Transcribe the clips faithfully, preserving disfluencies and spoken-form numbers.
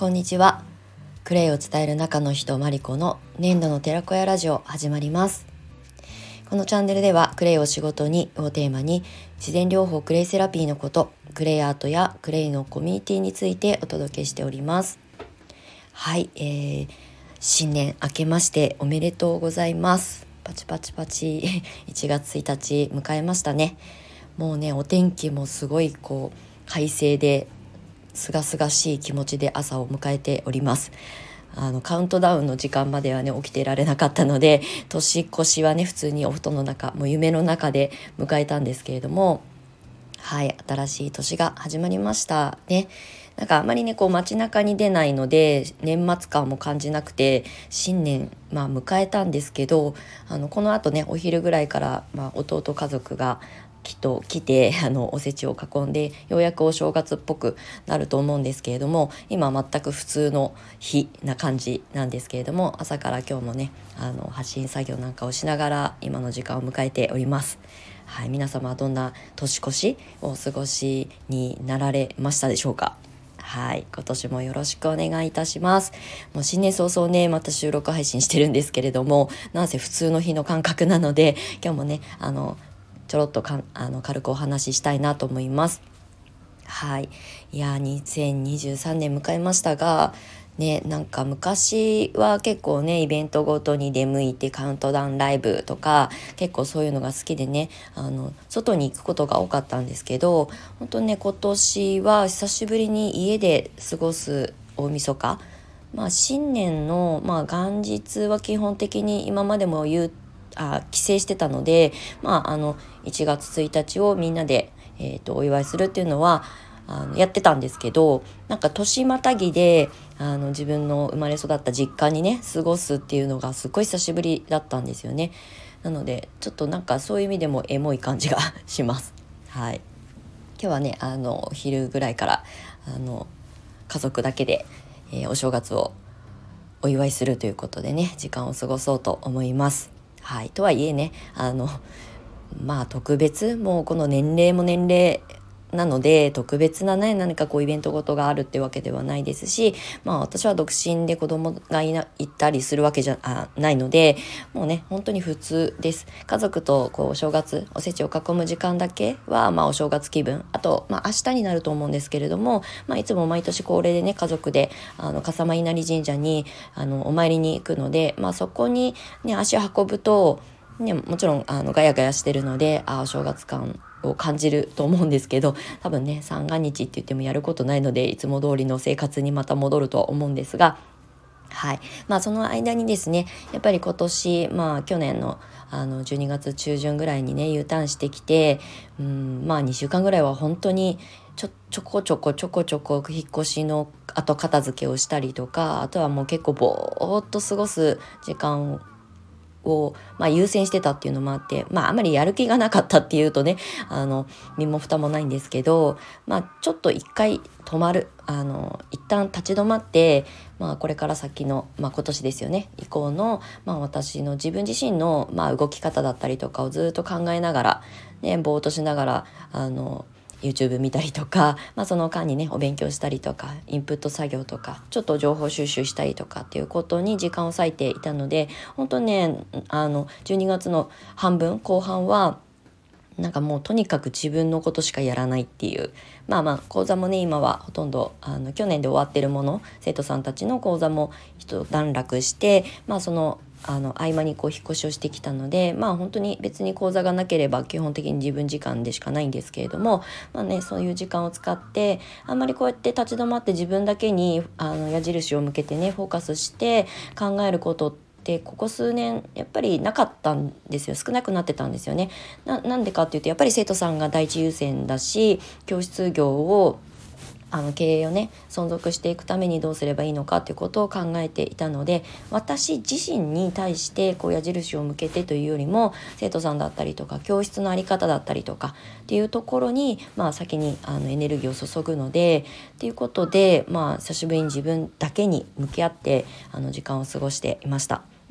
こんにちは。クレイを伝える中の人マリコの粘土の寺子屋ラジオ始まります。このチャンネルではクレイを仕事にをテーマに自然療法クレイセラピーのこと、クレイアートやクレイのコミュニティについてお届けしております。はい、えー、新年明けましておめでとうございます。パチパチパチいちがつついたち迎えましたね。もうね、お天気もすごいこう快晴で清々しい気持ちで朝を迎えております。あのカウントダウンの時間まではね起きていられなかったので、年越しはね普通にお布団の中、もう夢の中で迎えたんですけれども、はい、新しい年が始まりましたね。なんかあまりねこう街中に出ないので年末感も感じなくて、新年まあ迎えたんですけど、あのこの後ねお昼ぐらいから、まあ、弟家族がきっと来てあのおせちを囲んでようやくお正月っぽくなると思うんですけれども、今は全く普通の日な感じなんですけれども、朝から今日もねあの発信作業なんかをしながら今の時間を迎えております。はい、皆様はどんな年越しをお過ごしになられましたでしょうか。はい、今年もよろしくお願いいたします。もう新年早々ねまた収録配信してるんですけれども、なんせ普通の日の感覚なので今日もねあのちょろっとかあの軽くお話ししたいなと思います。はい、いやにせんにじゅうさんねん迎えましたがね、なんか昔は結構ねイベントごとに出向いてカウントダウンライブとか結構そういうのが好きでね、あの外に行くことが多かったんですけど、本当ね今年は久しぶりに家で過ごす大晦日、まあ、新年の、まあ、元日は基本的に今までも言うあ帰省してたので、まあ、あのいちがつついたちをみんなで、えーと、お祝いするっていうのはあのやってたんですけど、なんか年またぎであの自分の生まれ育った実家にね過ごすっていうのがすごい久しぶりだったんですよね。なのでちょっとなんかそういう意味でもエモい感じがします。はい、今日はねあの昼ぐらいからあの家族だけで、えー、お正月をお祝いするということでね時間を過ごそうと思います。はい、とはいえねあのまあ特別もうこの年齢も年齢なので特別なね何かこうイベントごとがあるってわけではないですし、まあ私は独身で子供がいないたりするわけじゃあないので、もうね本当に普通です。家族とこうお正月おせちを囲む時間だけはまあお正月気分、あとまあ明日になると思うんですけれども、まあいつも毎年恒例でね家族であの笠間稲荷神社にあのお参りに行くので、まあそこにね足を運ぶとね、もちろんあのガヤガヤしてるのであお正月感を感じると思うんですけど、多分ね三が日って言ってもやることないのでいつも通りの生活にまた戻るとは思うんですが、はい、まあその間にですねやっぱり今年まあ去年のあのじゅうにがつちゅうじゅんぐらいにね U ターンしてきて、うんまあにしゅうかんぐらいは本当にちょちょこちょこちょこちょこ引っ越しの後片付けをしたりとか、あとはもう結構ぼーっと過ごす時間をを、まあ、優先してたっていうのもあって、まあ、あまりやる気がなかったっていうとねあの身も蓋もないんですけど、まあ、ちょっと一回止まるあの一旦立ち止まって、まあ、これから先の、まあ、今年ですよね以降の、まあ、私の自分自身の、まあ、動き方だったりとかをずっと考えながら、ね、ぼーっとしながらあのYouTube 見たりとか、まあ、その間にねお勉強したりとかインプット作業とかちょっと情報収集したりとかっていうことに時間を割いていたので、本当ねあのじゅうにがつの半分後半はなんかもうとにかく自分のことしかやらないっていう、まあまあ講座もね今はほとんどあの去年で終わってるもの、生徒さんたちの講座も一段落して、まあそのあの合間にこう引っ越しをしてきたので、まあ本当に別に講座がなければ基本的に自分時間でしかないんですけれども、まあねそういう時間を使ってあんまりこうやって立ち止まって自分だけにあの矢印を向けてねフォーカスして考えることってでここ数年やっぱりなかったんですよ。少なくなってたんですよね。な, なんでかっていうとやっぱり生徒さんが第一優先だし、教室業をあの経営をね存続していくためにどうすればいいのかっていうことを考えていたので、私自身に対してこう矢印を向けてというよりも生徒さんだったりとか教室の在り方だったりとかっていうところに、まあ、先にあのエネルギーを注ぐのでっていうことで、まあ、久しぶりに自分だけに向き合ってあの時間を過ごしていました。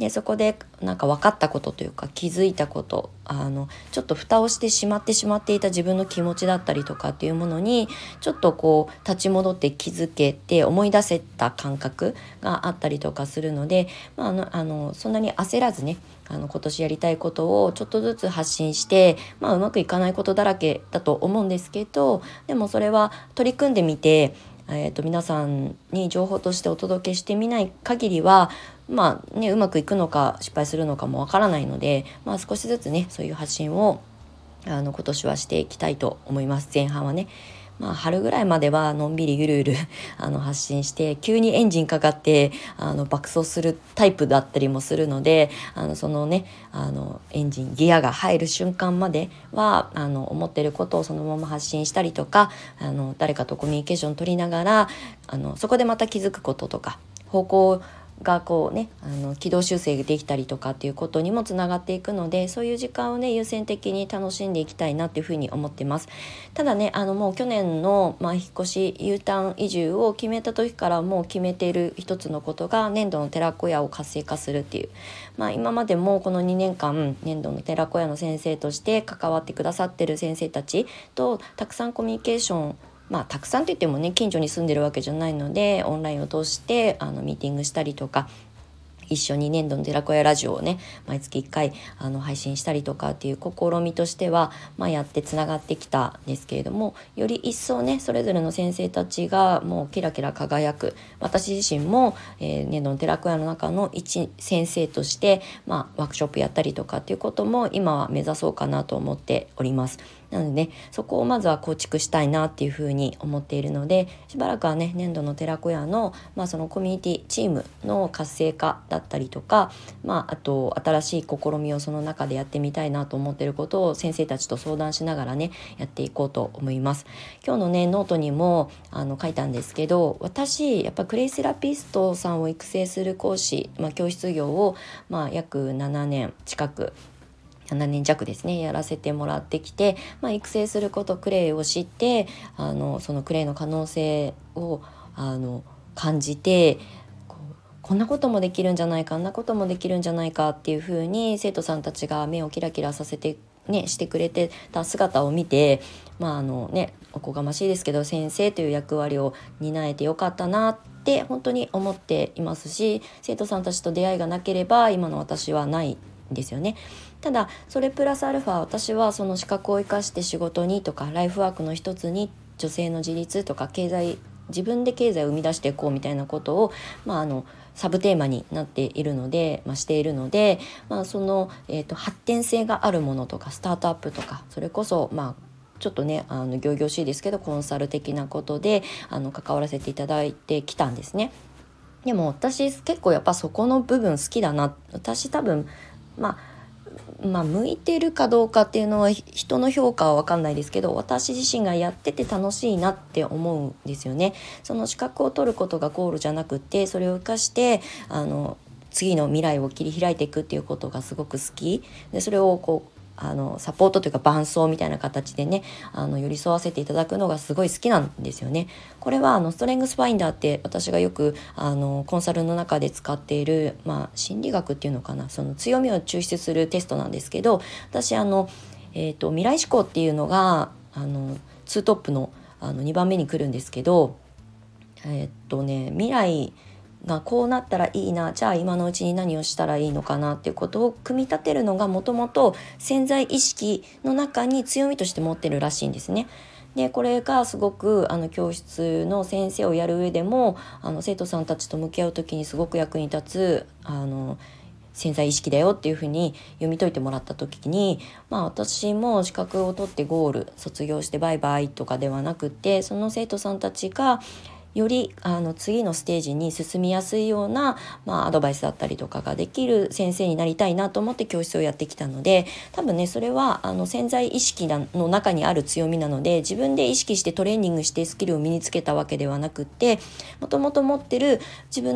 でそこでなんか分かったことというか気づいたこと、あのちょっと蓋をしてしまってしまっていた自分の気持ちだったりとかっていうものにちょっとこう立ち戻って気づけて思い出せた感覚があったりとかするので、まあ、あのあのそんなに焦らずね、あの今年やりたいことをちょっとずつ発信して、まあ、うまくいかないことだらけだと思うんですけど、でもそれは取り組んでみて、えーと、皆さんに情報としてお届けしてみない限りは、まあね、うまくいくのか失敗するのかもわからないので、まあ、少しずつねそういう発信をあの今年はしていきたいと思います。前半はね、まあ、春ぐらいまではのんびりゆるゆるあの発信して、急にエンジンかかってあの爆走するタイプだったりもするので、あのそのねあのエンジンギアが入る瞬間まではあの思ってることをそのまま発信したりとか、あの誰かとコミュニケーション取りながら、あのそこでまた気づくこととか方向がこうねあの軌道修正できたりとかっていうことにもつながっていくので、そういう時間をね優先的に楽しんでいきたいなっていうふうに思ってます。ただね、あのもう去年の、まあ、引っ越し U ターン移住を決めた時からもう決めている一つのことが粘土の寺子屋を活性化するっていう、まあ、今までもこのにねんかん粘土の寺子屋の先生として関わってくださってる先生たちとたくさんコミュニケーション、まあ、たくさんといってもね近所に住んでるわけじゃないので、オンラインを通してあのミーティングしたりとか、一緒に粘土の寺子屋ラジオをね毎月いっかいあの配信したりとかっていう試みとしては、まあ、やってつながってきたんですけれども、より一層ねそれぞれの先生たちがもうキラキラ輝く、私自身も、えー、粘土の寺子屋の中の一先生として、まあ、ワークショップやったりとかっていうことも今は目指そうかなと思っております。なのでね、そこをまずは構築したいなっていうふうに思っているので、しばらくはね粘土の寺子屋の、まあ、そのコミュニティチームの活性化だったりとか、まあ、あと新しい試みをその中でやってみたいなと思っていることを先生たちと相談しながらねやっていこうと思います。今日のねノートにもあの書いたんですけど、私やっぱクレイセラピストさんを育成する講師、まあ、教室業を、まあ、約ななねん近くななねん弱ですねやらせてもらってきて、まあ、育成することクレイを知って、あのそのクレイの可能性をあの感じて、こうこんなこともできるんじゃないか、あんなこともできるんじゃないかっていうふうに生徒さんたちが目をキラキラさせて、ね、してくれてた姿を見て、まああのね、おこがましいですけど先生という役割を担えてよかったなって本当に思っていますし、生徒さんたちと出会いがなければ今の私はないですよね。ただそれプラスアルファ、私はその資格を生かして仕事にとかライフワークの一つに女性の自立とか経済、自分で経済を生み出していこうみたいなことを、まあ、あのサブテーマになっているので、まあ、しているので、まあ、その、えーと、発展性があるものとかスタートアップとか、それこそまあちょっとねあの仰々しいですけどコンサル的なことであの関わらせていただいてきたんですね。でも私結構やっぱそこの部分好きだな。私多分まあまあ、向いてるかどうかっていうのは人の評価は分かんないですけど、私自身がやってて楽しいなって思うんですよね。その資格を取ることがゴールじゃなくて、それを生かしてあの次の未来を切り開いていくっていうことがすごく好きで、それをこうあのサポートというか伴走みたいな形でねあの寄り添わせていただくのがすごい好きなんですよね。これはあのストレングスファインダーって私がよくあのコンサルの中で使っている、まあ、心理学っていうのかな、その強みを抽出するテストなんですけど、私あの、えーと、未来志向っていうのがあのツートップの、あのにばんめに来るんですけど、えっ、とね未来がこうなったらいいな、じゃあ今のうちに何をしたらいいのかなっていうことを組み立てるのがもともと潜在意識の中に強みとして持ってるらしいんですね。でこれがすごくあの教室の先生をやる上でもあの生徒さんたちと向き合う時にすごく役に立つあの潜在意識だよっていうふうに読み解いてもらった時に、まあ、私も資格を取ってゴール卒業してバイバイとかではなくて、その生徒さんたちがよりあの次のステージに進みやすいような、まあ、アドバイスだったりとかができる先生になりたいなと思って教室をやってきたので、多分ねそれはあの潜在意識の中にある強みなので、自分で意識してトレーニングしてスキルを身につけたわけではなくって、もともと持ってる自分の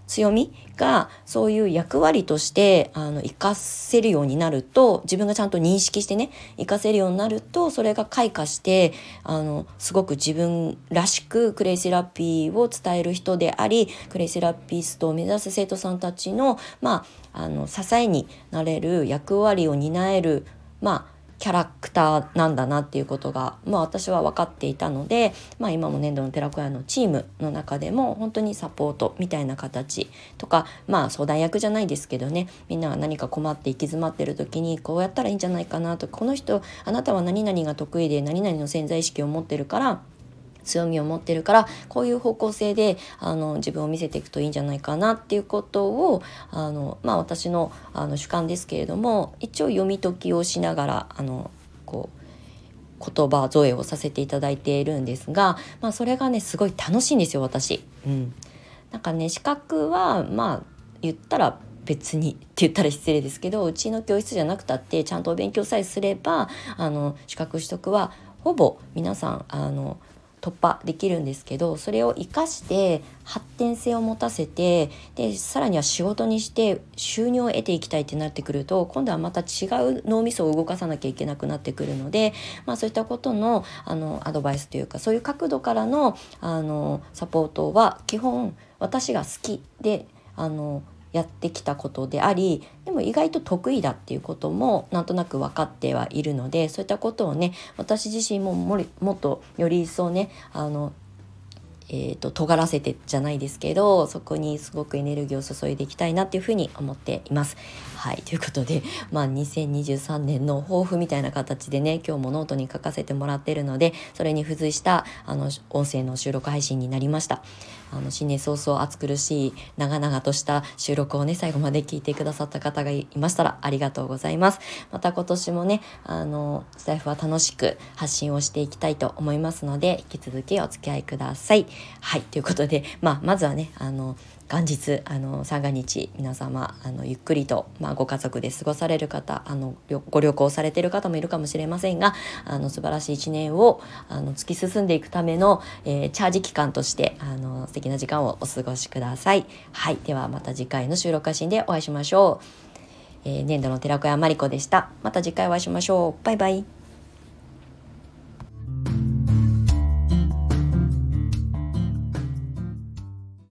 強みがそういう役割としてあの活かせるようになると、自分がちゃんと認識してね活かせるようになると、それが開花してあのすごく自分らしくクレイセラピーを伝える人であり、クレイセラピストを目指す生徒さんたちの、まあ、あの支えになれる役割を担える、まあキャラクターなんだなっていうことが、まあ、私は分かっていたので、まあ、今も粘土の寺子屋のチームの中でも本当にサポートみたいな形とか、まあ相談役じゃないですけどね、みんなが何か困って行き詰まってる時にこうやったらいいんじゃないかなとか、この人あなたは何々が得意で何々の潜在意識を持ってるから強みを持ってるからこういう方向性であの自分を見せていくといいんじゃないかなっていうことをあの、まあ、私の、あの主観ですけれども、一応読み解きをしながらあのこう言葉添えをさせていただいているんですが、まあ、それがねすごい楽しいんですよ私、うん、なんかね資格はまあ言ったら別にって言ったら失礼ですけど、うちの教室じゃなくたってちゃんとお勉強さえすればあの資格取得はほぼ皆さんあの突破できるんですけど、それを生かして発展性を持たせて、でさらには仕事にして収入を得ていきたいってなってくると、今度はまた違う脳みそを動かさなきゃいけなくなってくるので、まあ、そういったことの、あのアドバイスというか、そういう角度からの、あのサポートは基本私が好きであのやってきたことであり、でも意外と得意だっていうこともなんとなく分かってはいるので、そういったことをね私自身ももりもっとより一層ねあのえーと、尖らせてじゃないですけど、そこにすごくエネルギーを注いでいきたいなっていうふうに思っています。はい、ということで、まあ、にせんにじゅうさんねんの抱負みたいな形でね今日もノートに書かせてもらっているので、それに付随したあの音声の収録配信になりました。あの新年早々暑苦しい長々とした収録をね最後まで聞いてくださった方がいましたらありがとうございます。また今年もねあのスタイフは楽しく発信をしていきたいと思いますので、引き続きお付き合いください。はい、ということで、まあ、まずはねあの元日あの三が日皆様あのゆっくりと、まあ、ご家族で過ごされる方、あのご旅行されている方もいるかもしれませんが、あの素晴らしいいちねんをあの突き進んでいくための、えー、チャージ期間としてあの素敵な時間をお過ごしください。はい、ではまた次回の収録配信でお会いしましょう。えー、粘土の寺子屋まりこでした。また次回お会いしましょう。バイバイ。